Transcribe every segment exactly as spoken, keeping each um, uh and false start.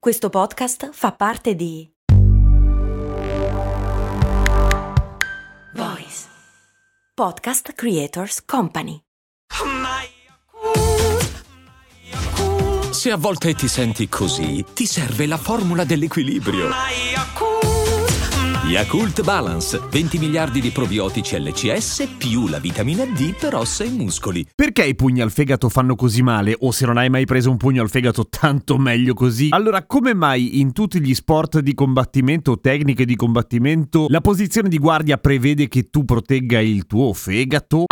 Questo podcast fa parte di Voice Podcast Creators Company. Se a volte ti senti così, ti serve la formula dell'equilibrio. Yakult Balance, venti miliardi di probiotici L C S più la vitamina D per ossa e muscoli. Perché i pugni al fegato fanno così male? O se non hai mai preso un pugno al fegato, tanto meglio così. Allora, come mai in tutti gli sport di combattimento o tecniche di combattimento la posizione di guardia prevede che tu protegga il tuo fegato?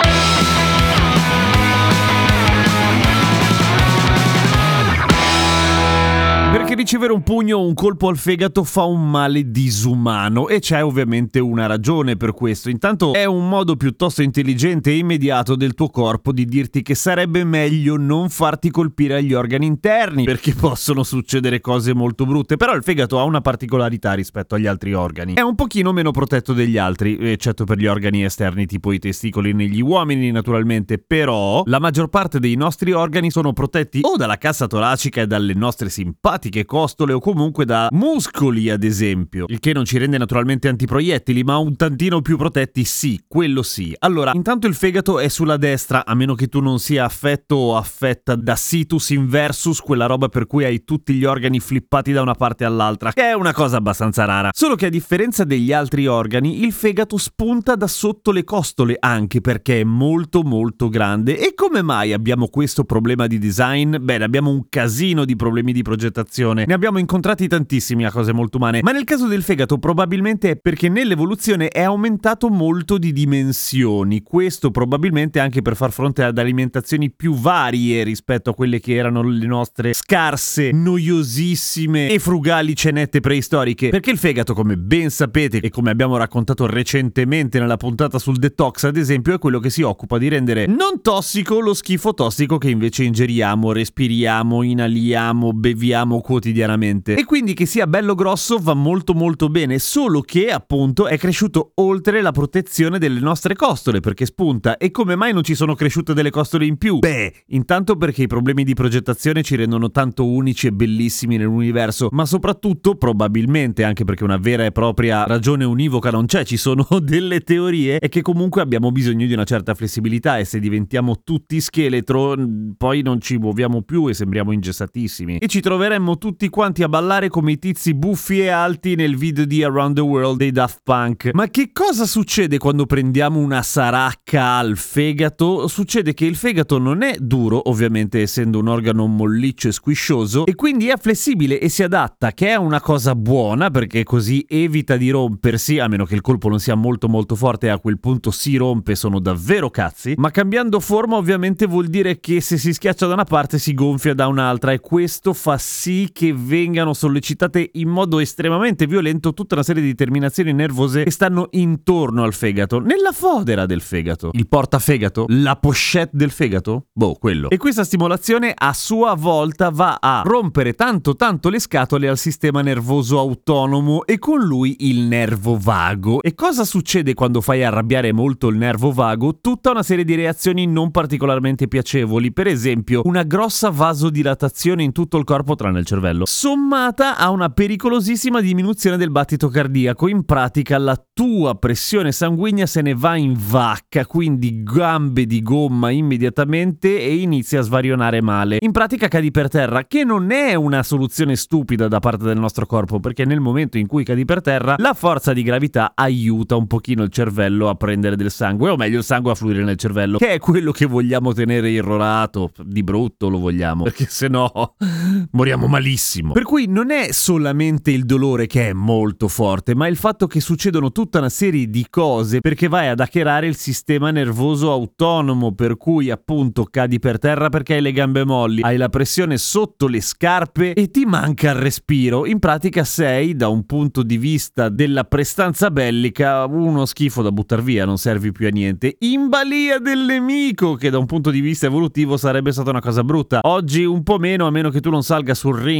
Perché ricevere un pugno o un colpo al fegato fa un male disumano e c'è ovviamente una ragione per questo. Intanto è un modo piuttosto intelligente e immediato del tuo corpo di dirti che sarebbe meglio non farti colpire agli organi interni, perché possono succedere cose molto brutte. Però il fegato ha una particolarità rispetto agli altri organi. È un pochino meno protetto degli altri, eccetto per gli organi esterni tipo i testicoli negli uomini naturalmente. Però la maggior parte dei nostri organi sono protetti o dalla cassa toracica e dalle nostre simpatiche che costole o comunque da muscoli ad esempio, il che non ci rende naturalmente antiproiettili, ma un tantino più protetti sì, quello sì. Allora, intanto il fegato è sulla destra, a meno che tu non sia affetto o affetta da situs inversus, quella roba per cui hai tutti gli organi flippati da una parte all'altra, che è una cosa abbastanza rara. Solo che a differenza degli altri organi, il fegato spunta da sotto le costole, anche perché è molto molto grande. E come mai abbiamo questo problema di design? Beh, abbiamo un casino di problemi di progettazione. Ne abbiamo incontrati tantissimi a cose molto umane, ma nel caso del fegato probabilmente è perché nell'evoluzione è aumentato molto di dimensioni. Questo probabilmente anche per far fronte ad alimentazioni più varie rispetto a quelle che erano le nostre scarse, noiosissime e frugali cenette preistoriche. Perché il fegato, come ben sapete e come abbiamo raccontato recentemente nella puntata sul detox ad esempio, è quello che si occupa di rendere non tossico lo schifo tossico che invece ingeriamo, respiriamo, inaliamo, beviamo quotidianamente, e quindi che sia bello grosso va molto molto bene, solo che appunto è cresciuto oltre la protezione delle nostre costole perché spunta. E come mai non ci sono cresciute delle costole in più? Beh, intanto perché i problemi di progettazione ci rendono tanto unici e bellissimi nell'universo, ma soprattutto probabilmente anche perché una vera e propria ragione univoca non c'è, ci sono delle teorie, e che comunque abbiamo bisogno di una certa flessibilità e se diventiamo tutti scheletro poi non ci muoviamo più e sembriamo ingessatissimi e ci troveremmo tutti quanti a ballare come i tizi buffi e alti nel video di Around the World dei Daft Punk. Ma che cosa succede quando prendiamo una saracca al fegato? Succede che il fegato non è duro, ovviamente essendo un organo molliccio e squiscioso, e quindi è flessibile e si adatta, che è una cosa buona perché così evita di rompersi, a meno che il colpo non sia molto molto forte, e a quel punto si rompe, sono davvero cazzi. Ma cambiando forma ovviamente vuol dire che se si schiaccia da una parte si gonfia da un'altra, e questo fa sì che vengano sollecitate in modo estremamente violento tutta una serie di terminazioni nervose che stanno intorno al fegato, nella fodera del fegato, il portafegato, la pochette del fegato, boh, quello. E questa stimolazione a sua volta va a rompere tanto tanto le scatole al sistema nervoso autonomo e con lui il nervo vago. E cosa succede quando fai arrabbiare molto il nervo vago? Tutta una serie di reazioni non particolarmente piacevoli, per esempio una grossa vasodilatazione in tutto il corpo tranne il cervello, sommata a una pericolosissima diminuzione del battito cardiaco. In pratica la tua pressione sanguigna se ne va in vacca, quindi gambe di gomma immediatamente, e inizi a svarionare male. In pratica cadi per terra, che non è una soluzione stupida da parte del nostro corpo, perché nel momento in cui cadi per terra la forza di gravità aiuta un pochino il cervello a prendere del sangue, o meglio il sangue a fluire nel cervello, che è quello che vogliamo tenere irrorato, di brutto lo vogliamo, perché se no moriamo malissimo. Per cui non è solamente il dolore che è molto forte, ma il fatto che succedono tutta una serie di cose, perché vai ad hackerare il sistema nervoso autonomo, per cui appunto cadi per terra perché hai le gambe molli, hai la pressione sotto le scarpe e ti manca il respiro. In pratica sei, da un punto di vista della prestanza bellica, uno schifo da buttar via, non servi più a niente, in balia del nemico, che da un punto di vista evolutivo sarebbe stata una cosa brutta. Oggi un po' meno, a meno che tu non salga sul ring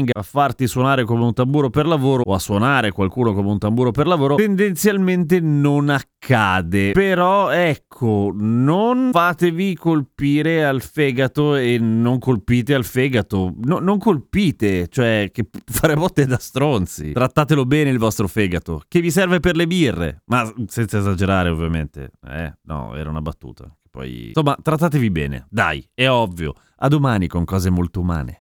ring a farti suonare come un tamburo per lavoro o a suonare qualcuno come un tamburo per lavoro tendenzialmente non accade. Però ecco, non fatevi colpire al fegato e non colpite al fegato. No, non colpite, cioè che fare botte da stronzi. Trattatelo bene il vostro fegato, che vi serve per le birre, ma senza esagerare ovviamente. Eh, no, era una battuta. Poi, insomma, trattatevi bene, dai, è ovvio. A domani con cose molto umane.